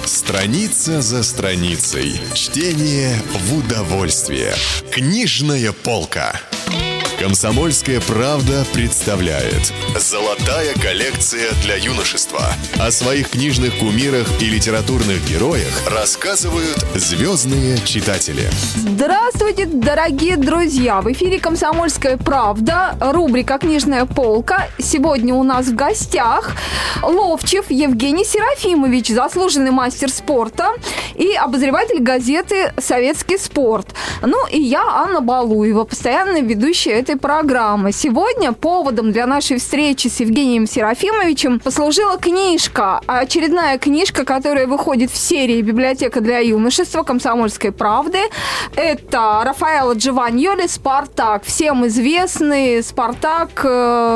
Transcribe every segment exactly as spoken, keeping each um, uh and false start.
Страница за страницей. Чтение в удовольствие. Книжная полка. «Комсомольская правда» представляет «Золотая коллекция для юношества». О своих книжных кумирах и литературных героях рассказывают звездные читатели. Здравствуйте, дорогие друзья! В эфире «Комсомольская правда», рубрика «Книжная полка». Сегодня у нас в гостях Ловчев Евгений Серафимович, заслуженный мастер спорта и обозреватель газеты «Советский спорт». Ну и я, Анна Балуева, постоянная ведущая этой программы. Сегодня поводом для нашей встречи с Евгением Серафимовичем послужила книжка, очередная книжка, которая выходит в серии «Библиотека для юношества» «Комсомольской правды». Это Рафаэлло Джованьоли «Спартак». Всем известный «Спартак» –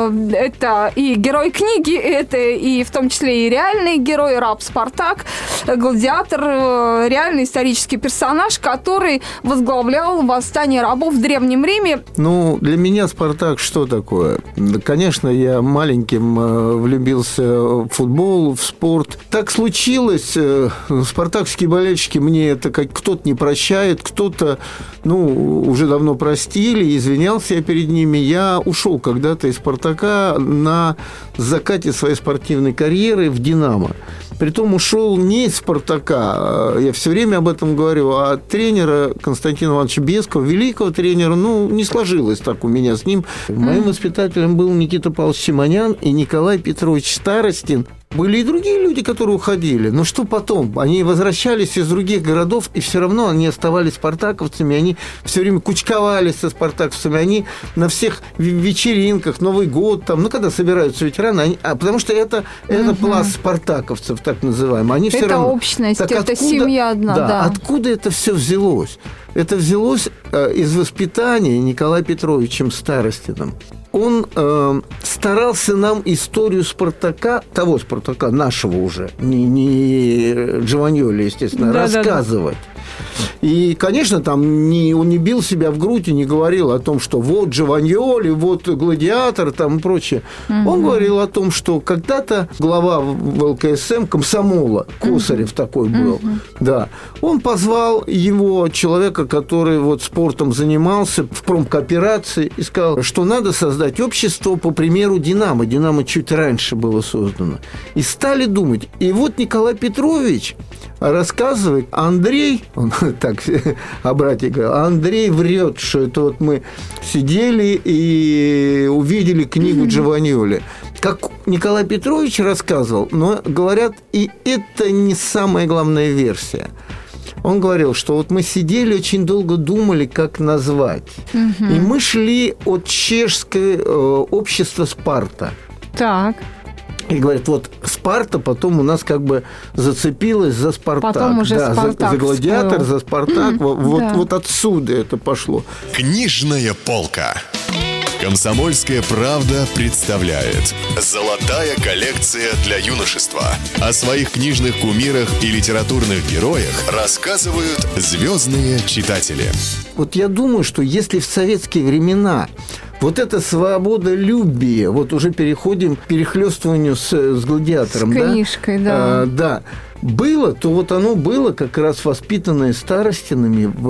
это и герой книги, это и в том числе и реальный герой, раб Спартак, гладиатор, реальный исторический персонаж, который возглавлял восстание рабов в Древнем Риме. Ну, для меня «Спартак» что такое? Конечно, я маленьким влюбился в футбол, в спорт. Так случилось. Спартаковские болельщики мне это как кто-то не прощает, кто-то, ну, уже давно простили, извинялся я перед ними. Я ушел когда-то из «Спартака» на закате своей спортивной карьеры в «Динамо». Притом ушел не из «Спартака», я все время об этом говорю, а от тренера Константина Ивановича Бескова, великого тренера. Ну, не сложилось так у меня с ним. Моим воспитателем был Никита Павлович Симонян и Николай Петрович Старостин. Были и другие люди, которые уходили. Но что потом? Они возвращались из других городов, и все равно они оставались спартаковцами. Они все время кучковались со спартаковцами. Они на всех вечеринках, Новый год, там, ну, когда собираются ветераны, они, а, потому что это, это угу. пласт спартаковцев, так называемый. Они все это равно, общность, так это откуда, семья одна. Да, да. Откуда это все взялось? Это взялось э, из воспитания Николаем Петровичем Старостиным. Он э, старался нам историю «Спартака», того «Спартака», нашего уже, не, не Джованьоли, естественно, да, рассказывать. Да, да. И, конечно, там не, он не бил себя в грудь и не говорил о том, что вот Джованьоли, вот гладиатор там и прочее. Угу. Он говорил о том, что когда-то глава вэ эл ка эс эм комсомола, Косарев угу. такой был, угу. да, он позвал его, человека, который вот спортом занимался в промкооперации, и сказал, что надо создать общество по примеру «Динамо». «Динамо» чуть раньше было создано. И стали думать. И вот Николай Петрович рассказывает, Андрей, он так о брате говорил, Андрей врет, что это вот мы сидели и увидели книгу Джованьоли. Как Николай Петрович рассказывал, но говорят, и это не самая главная версия. Он говорил, что вот мы сидели, очень долго думали, как назвать. Угу. И мы шли от чешского э, общества «Спарта». Так. И говорят, вот «Спарта» потом у нас как бы зацепилась за «Спартак». Потом уже да, «Спартак» за, за гладиатор, за «Спартак». Mm-hmm. Вот, да. вот отсюда это пошло. Книжная полка. «Комсомольская правда» представляет «Золотая коллекция для юношества». О своих книжных кумирах и литературных героях рассказывают звездные читатели. Вот я думаю, что если в советские времена вот эта свободолюбие, вот уже переходим к перехлёстыванию с, с гладиатором. С книжкой, да. Да. А, да. Было, то вот оно было как раз воспитанное Старостинами в,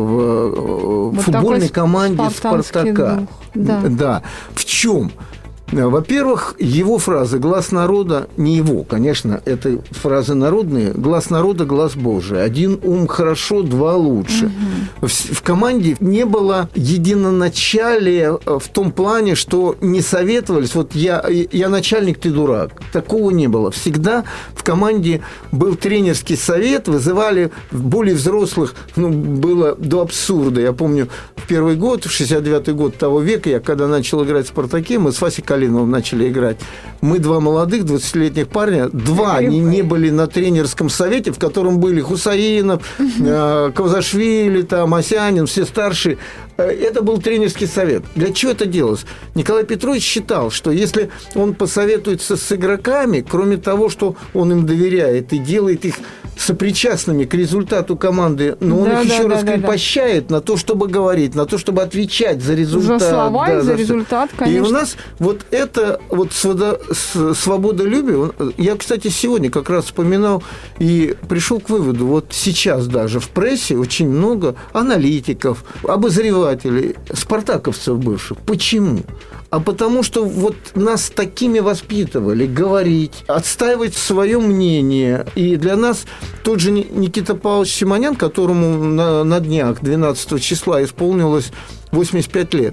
в, в вот футбольной команде «Спартака». Да. да. В чем? Во-первых, его фраза «глас народа», не его, конечно, это фразы народные, «глас народа, глас Божий». Один ум хорошо, два лучше. Угу. В, в команде не было единоначалия в том плане, что не советовались, вот я, я начальник, ты дурак. Такого не было. Всегда в команде был тренерский совет, вызывали более взрослых, ну, было до абсурда. Я помню, в первый год, в шестьдесят девятый год того века, я когда начал играть в «Спартаке», мы с Васей Калиновым начали играть. Мы два молодых, двадцатилетних парня, два они не были на тренерском совете, в котором были Хусаинов, угу. Кавзашвили, там, Асянин, все старшие. Это был тренерский совет. Для чего это делалось? Николай Петрович считал, что если он посоветуется с игроками, кроме того, что он им доверяет и делает их сопричастными к результату команды, но он да, их да, еще да, раскрепощает да, да. на то, чтобы говорить, на то, чтобы отвечать за результат. За слова да, и за, за результат, конечно. И у нас вот это вот свободолюбие, я, кстати, сегодня как раз вспоминал и пришел к выводу, вот сейчас даже в прессе очень много аналитиков, обозревателей, спартаковцев бывших. Почему? А потому что вот нас такими воспитывали, говорить, отстаивать свое мнение. И для нас тот же Никита Павлович Симонян, которому на, на днях двенадцатого числа исполнилось восемьдесят пять лет,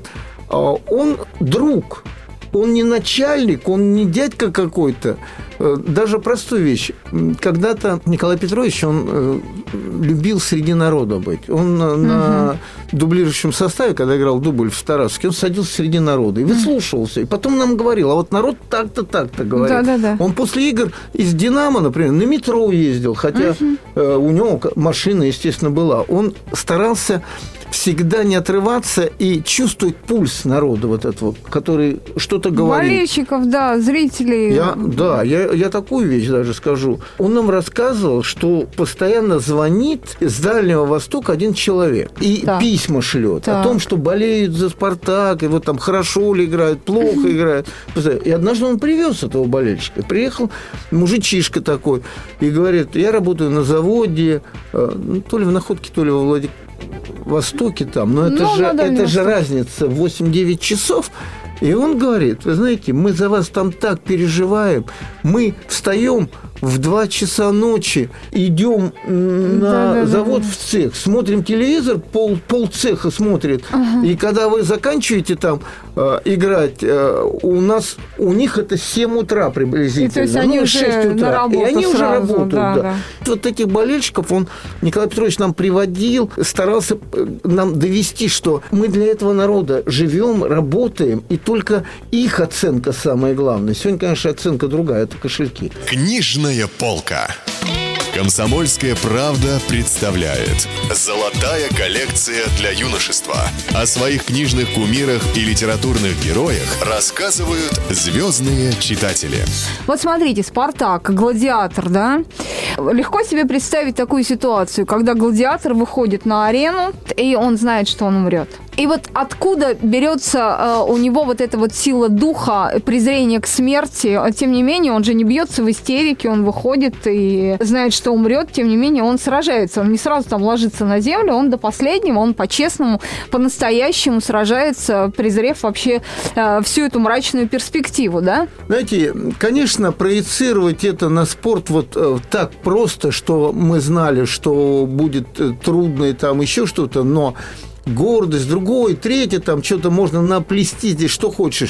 он друг. Он не начальник, он не дядька какой-то. Даже простую вещь. Когда-то Николай Петрович, он любил среди народа быть. Он угу. на дублирующем составе, когда играл дубль в Тарасовке, он садился среди народа и выслушивался. И потом нам говорил, а вот народ так-то, так-то говорит. Да, да, да. Он после игр из «Динамо», например, на метро ездил, хотя угу. у него машина, естественно, была. Он старался всегда не отрываться и чувствовать пульс народа вот этого, который что-то говорит. Болельщиков, да, зрителей. Я, да, я, я такую вещь даже скажу. Он нам рассказывал, что постоянно звонит с Дальнего Востока один человек и да. письма шлет да. о том, что болеют за «Спартак», и вот там хорошо ли играют, плохо играют. И однажды он привез этого болельщика. Приехал мужичишка такой и говорит, я работаю на заводе, ну, то ли в Находке, то ли во Владикавказе, Востоке там, но это, ну, же, это же разница восемь-девять часов. И он говорит, вы знаете, мы за вас там так переживаем, мы встаем в два часа ночи, идем на да, да, завод да. в цех, смотрим телевизор, пол, пол цеха смотрит, ага. и когда вы заканчиваете там э, играть, э, у нас, у них это семь утра приблизительно, и, то есть они ну, шесть утра, и они сразу, уже работают. Да, да. Да. Вот таких болельщиков он, Николай Петрович, нам приводил, старался нам довести, что мы для этого народа живем, работаем, и только их оценка самая главная. Сегодня, конечно, оценка другая, это кошельки. Книжная полка. Комсомольская правда представляет «Золотая коллекция для юношества». О своих книжных кумирах и литературных героях рассказывают звездные читатели. Вот смотрите, «Спартак», «Гладиатор», да? Легко себе представить такую ситуацию, когда гладиатор выходит на арену, и он знает, что он умрет. И вот откуда берется э, у него вот эта вот сила духа, презрение к смерти? Тем не менее, он же не бьется в истерике, он выходит и знает, что умрет, тем не менее, он сражается. Он не сразу там ложится на землю, он до последнего, он по-честному, по-настоящему сражается, презрев вообще э, всю эту мрачную перспективу, да? Знаете, конечно, проецировать это на спорт вот э, так просто, что мы знали, что будет э, трудно и там еще что-то, но гордость, другой, третье, там что-то можно наплести здесь, что хочешь,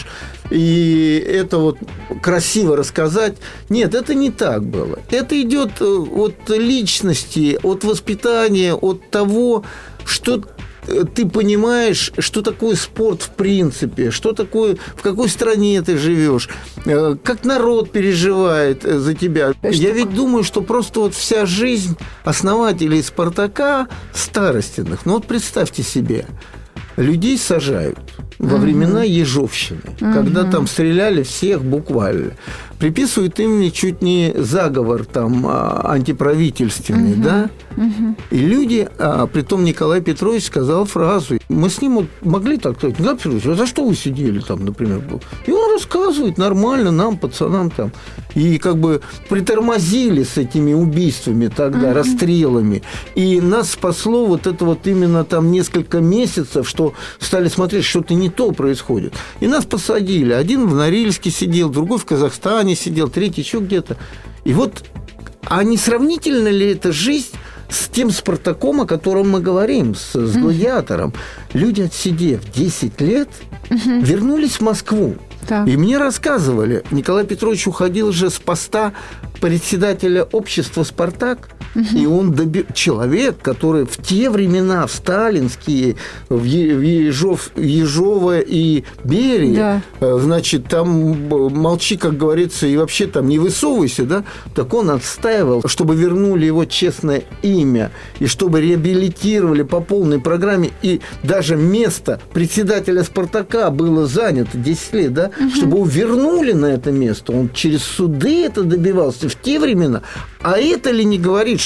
и это вот красиво рассказать. Нет, это не так было. Это идет от личности, от воспитания, от того, что ты понимаешь, что такое спорт в принципе, что такое, в какой стране ты живешь, как народ переживает за тебя. Что? Я ведь думаю, что просто вот вся жизнь основателей «Спартака» Старостиных, ну вот представьте себе, людей сажают во времена Ежовщины, угу. когда там стреляли всех буквально. Приписывают им чуть не заговор там антиправительственный, угу. да? Угу. И люди, а притом Николай Петрович сказал фразу, мы с ним вот могли так сказать, Николай Петрович, а за что вы сидели там, например? И он рассказывает нормально нам, пацанам там. И как бы притормозили с этими убийствами тогда, угу. расстрелами. И нас спасло вот это вот именно там несколько месяцев, что стали смотреть, что-то не то происходит. И нас посадили. Один в Норильске сидел, другой в Казахстане сидел, третий еще где-то. И вот, а не сравнительно ли это жизнь с тем «Спартаком», о котором мы говорим, с, с «Гладиатором»? Люди, отсидев десять лет, вернулись в Москву. Так. И мне рассказывали, Николай Петрович уходил же с поста председателя общества «Спартак», угу. и он доби... человек, который в те времена, в сталинские, в, е... в Ежов... Ежово и Берии, да. значит, там молчи, как говорится, и вообще там не высовывайся, да, так он отстаивал, чтобы вернули его честное имя, и чтобы реабилитировали по полной программе, и даже место председателя «Спартака» было занято десять лет, да, угу. чтобы его вернули на это место. Он через суды это добивался в те времена. А это ли не говорит,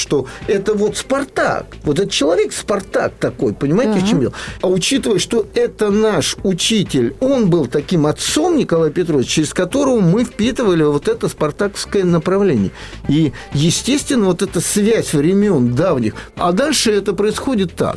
что это вот Спартак. Вот этот человек Спартак такой, понимаете, uh-huh. в чем дело? А учитывая, что это наш учитель, он был таким отцом, Николай Петрович, через которого мы впитывали вот это спартаковское направление. И, естественно, вот эта связь времен давних. А дальше это происходит так.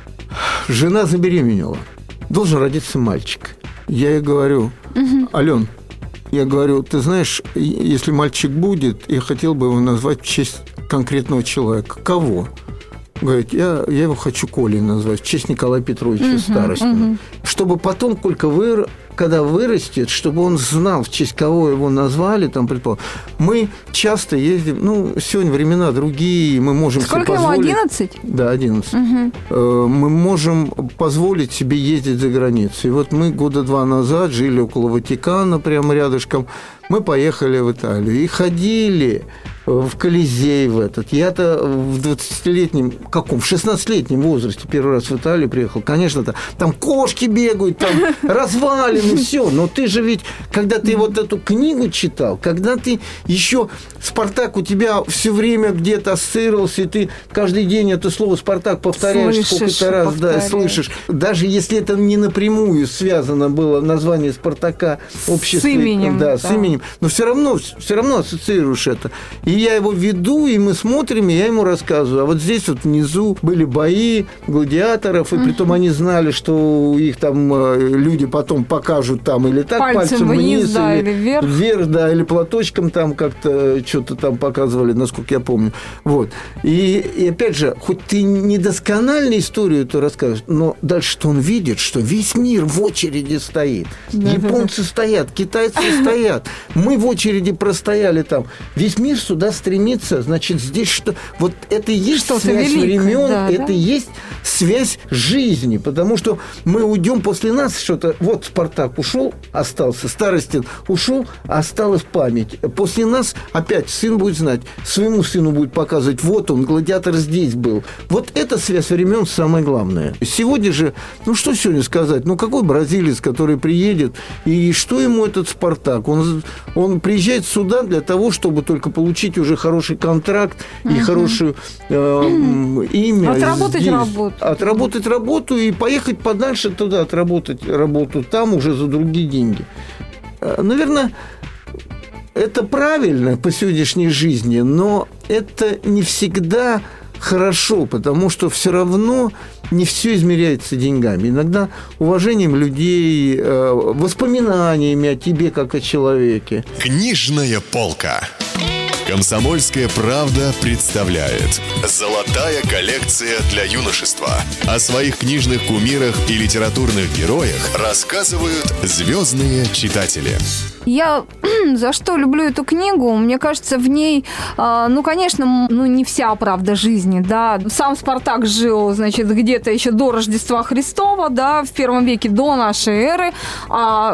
Жена забеременела. Должен родиться мальчик. Я ей говорю: uh-huh. Ален, я говорю, ты знаешь, если мальчик будет, я хотел бы его назвать в честь конкретного человека. Кого? Говорит, я, я его хочу Колей назвать в честь Николая Петровича uh-huh, Старостина. Uh-huh. Чтобы потом, Колька, вы, когда вырастет, чтобы он знал, в честь кого его назвали, там, предположим. Мы часто ездим, ну, сегодня времена другие, мы можем Сколько себе позволить... ему, одиннадцать? Да, одиннадцать. Uh-huh. Мы можем позволить себе ездить за границу. И вот мы года два назад жили около Ватикана, прямо рядышком. Мы поехали в Италию и ходили в Колизей в этот. Я-то в двадцатилетнем, каком, в шестнадцатилетнем возрасте первый раз в Италию приехал. Конечно, там, там кошки бегают, там развалины, все. Но ты же ведь, когда ты вот эту книгу читал, когда ты еще Спартак у тебя все время где-то ассоциировался, и ты каждый день это слово Спартак повторяешь сколько-то раз, да, слышишь. Даже если это не напрямую связано было название Спартака, общество, с именем, да, да. с именем, но все равно, все равно ассоциируешь это. И я его веду, и мы смотрим, и я ему рассказываю. А вот здесь вот внизу были бои гладиаторов, и uh-huh. притом они знали, что их там люди потом покажут там или так пальцем, пальцем вниз, вниз, да, или, или вверх. вверх, да, или платочком там как-то что-то там показывали, насколько я помню. Вот. И, и опять же, хоть ты недосконально историю эту рассказываешь, но дальше что он видит, что весь мир в очереди стоит. Да, японцы да, да. стоят, китайцы стоят. Мы в очереди простояли там. Весь мир сюда стремится, значит, здесь что... Вот это и есть что-то связь великое, времен, да, это да? и есть связь жизни, потому что мы уйдем после нас что-то... Вот Спартак ушел, остался, Старостин ушел, осталась память. После нас опять сын будет знать, своему сыну будет показывать, вот он, гладиатор здесь был. Вот эта связь времен самое главное. Сегодня же, ну что сегодня сказать, ну какой бразилец, который приедет, и что ему этот Спартак? Он, он приезжает сюда для того, чтобы только получить уже хороший контракт и uh-huh. хорошее э, имя. Отработать здесь. работу. Отработать работу и поехать подальше туда, отработать работу там уже за другие деньги. Наверное, это правильно по сегодняшней жизни, но это не всегда хорошо, потому что все равно не все измеряется деньгами. Иногда уважением людей, воспоминаниями о тебе как о человеке. Книжная полка. «Комсомольская правда» представляет «Золотая коллекция для юношества». О своих книжных кумирах и литературных героях рассказывают звездные читатели. Я за что люблю эту книгу? Мне кажется, в ней, ну, конечно, ну, не вся правда жизни, да. Сам Спартак жил, значит, где-то еще до Рождества Христова, да, в первом веке до нашей эры. А,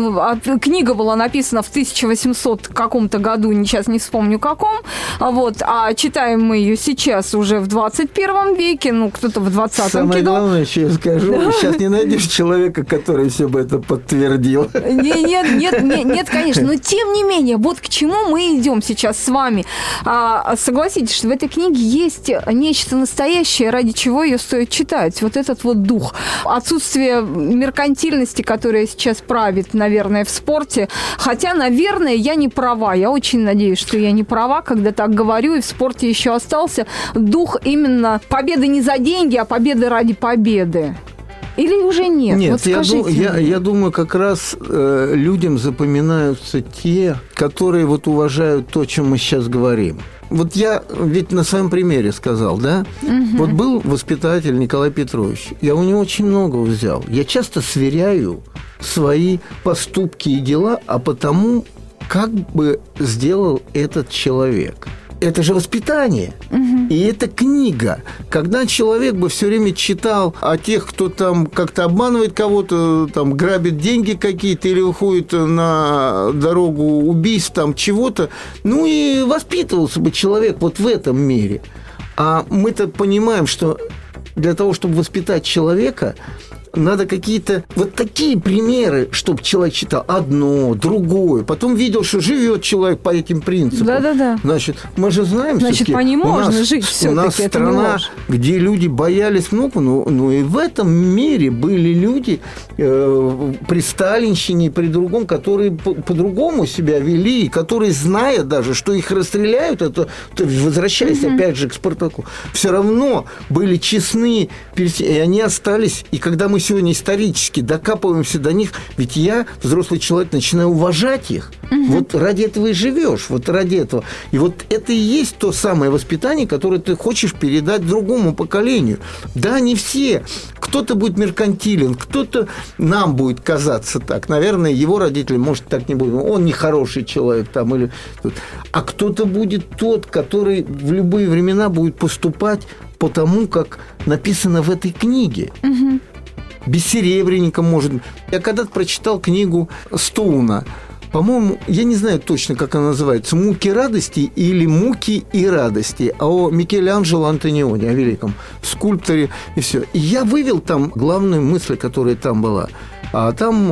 а книга была написана в тысяча восемьсотом каком-то году, сейчас не вспомню каком. Вот, а читаем мы ее сейчас уже в двадцать первом веке, ну, кто-то в двадцатом Самое кидал. главное, еще я скажу, да. Сейчас не найдешь человека, который все бы это подтвердил. Нет, нет, нет, нет, конечно, но тем не менее, вот к чему мы идем сейчас с вами. А, согласитесь, что в этой книге есть нечто настоящее, ради чего ее стоит читать. Вот этот вот дух. Отсутствие меркантильности, которая сейчас правит, наверное, в спорте. Хотя, наверное, я не права. Я очень надеюсь, что я не права, когда так говорю, и в спорте еще остался дух именно победы не за деньги, а победы ради победы. Или уже нет? Нет, вот я, ду- я, я думаю, как раз э, людям запоминаются те, которые вот уважают то, о чем мы сейчас говорим. Вот я ведь на своем примере сказал, да? Угу. Вот был воспитатель Николай Петрович. Я у него очень много взял. Я часто сверяю свои поступки и дела, а потому, как бы сделал этот человек. Это же воспитание. Угу. И это книга. Когда человек бы все время читал о тех, кто там как-то обманывает кого-то, там грабит деньги какие-то или уходит на дорогу убийств, там чего-то, ну и воспитывался бы человек вот в этом мире. А мы-то понимаем, что для того, чтобы воспитать человека, надо какие-то вот такие примеры, чтобы человек читал одно, другое, потом видел, что живет человек по этим принципам. Да-да-да. Значит, мы же знаем, Значит, по ним можно нас, жить все-таки. У нас это страна, где люди боялись много, но, но и в этом мире были люди э, при сталинщине и при другом, которые по- по-другому себя вели, которые, зная даже, что их расстреляют, это, возвращаясь mm-hmm. опять же к Спартаку, все равно были честны, и они остались. И когда мы сегодня исторически докапываемся до них, ведь я, взрослый человек, начинаю уважать их. Mm-hmm. Вот ради этого и живешь, вот ради этого. И вот это и есть то самое воспитание, которое ты хочешь передать другому поколению. Да, не все. Кто-то будет меркантилен, кто-то нам будет казаться так. Наверное, его родители, может, так не будут. Он нехороший человек там или... А кто-то будет тот, который в любые времена будет поступать по тому, как написано в этой книге. Угу. Бессеребренником, может быть. Я когда-то прочитал книгу Стоуна. По-моему, я не знаю точно, как она называется, «Муки радости» или «Муки и радости», о Микеланджело Антониони, о великом скульпторе и все. И я вывел там главную мысль, которая там была. А там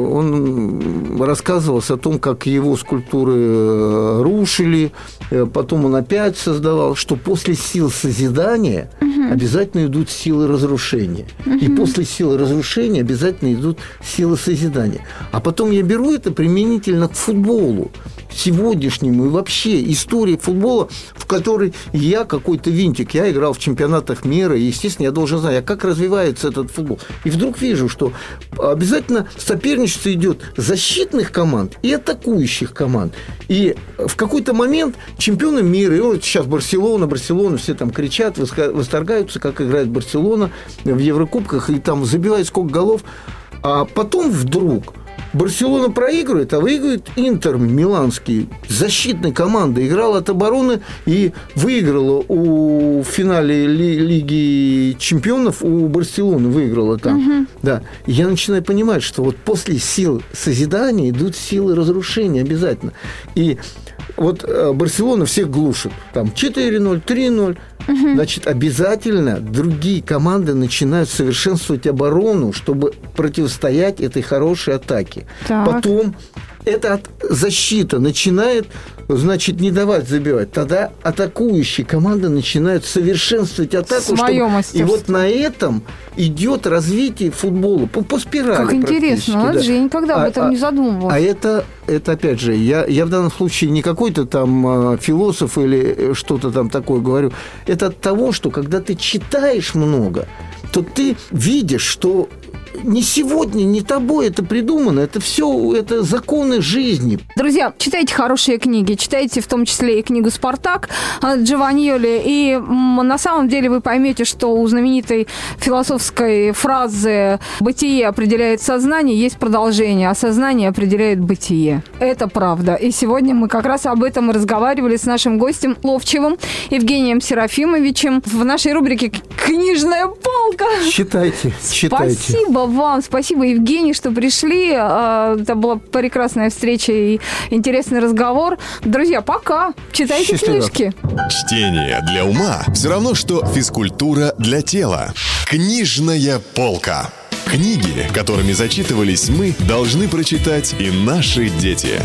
он рассказывался о том, как его скульптуры рушили, потом он опять создавал, что после сил созидания угу. обязательно идут силы разрушения. Угу. И после силы разрушения обязательно идут силы созидания. А потом я беру это применительно к футболу сегодняшнему и вообще истории футбола, в которой я какой-то винтик, я играл в чемпионатах мира, и, естественно, я должен знать, а как развивается этот футбол. И вдруг вижу, что обязательно соперничество идет защитных команд и атакующих команд. И в какой-то момент чемпионы мира, и вот сейчас Барселона, Барселона, все там кричат, восторгаются, как играет Барселона в Еврокубках, и там забивает сколько голов, а потом вдруг Барселона проигрывает, а выигрывает Интер миланский. Защитная команда играла от обороны и выиграла у, в финале ли, Лиги чемпионов у Барселоны. Выиграла там. Угу. Да. И я начинаю понимать, что вот после сил созидания идут силы разрушения обязательно. И вот Барселона всех глушит. Там четыре ноль, три ноль. Угу. Значит, обязательно другие команды начинают совершенствовать оборону, чтобы противостоять этой хорошей атаке. Так. Потом эта защита начинает, значит, не давать забивать. Тогда атакующие команды начинают совершенствовать атаку. Своё чтобы... мастерство. И вот на этом идет развитие футбола по, по спирали. Как интересно, вот да. же я никогда об этом а, не задумывалась. А это, это опять же, я, я в данном случае не какой-то там философ или что-то там такое говорю. Это от того, что когда ты читаешь много, то ты видишь, что не сегодня, не тобой это придумано. Это все, это законы жизни. Друзья, читайте хорошие книги. Читайте в том числе и книгу «Спартак» Джованьоли. И на самом деле вы поймете, что у знаменитой философской фразы «бытие определяет сознание» есть продолжение, а сознание определяет бытие. Это правда. И сегодня мы как раз об этом и разговаривали с нашим гостем Ловчевым Евгением Серафимовичем в нашей рубрике «Книжная полка». Читайте, читайте. Спасибо вам, спасибо, Евгений, что пришли. Это была прекрасная встреча и интересный разговор. Друзья, пока. Читайте Счастливо. Книжки. Чтение для ума все равно, что физкультура для тела. Книжная полка. Книги, которыми зачитывались мы, должны прочитать и наши дети.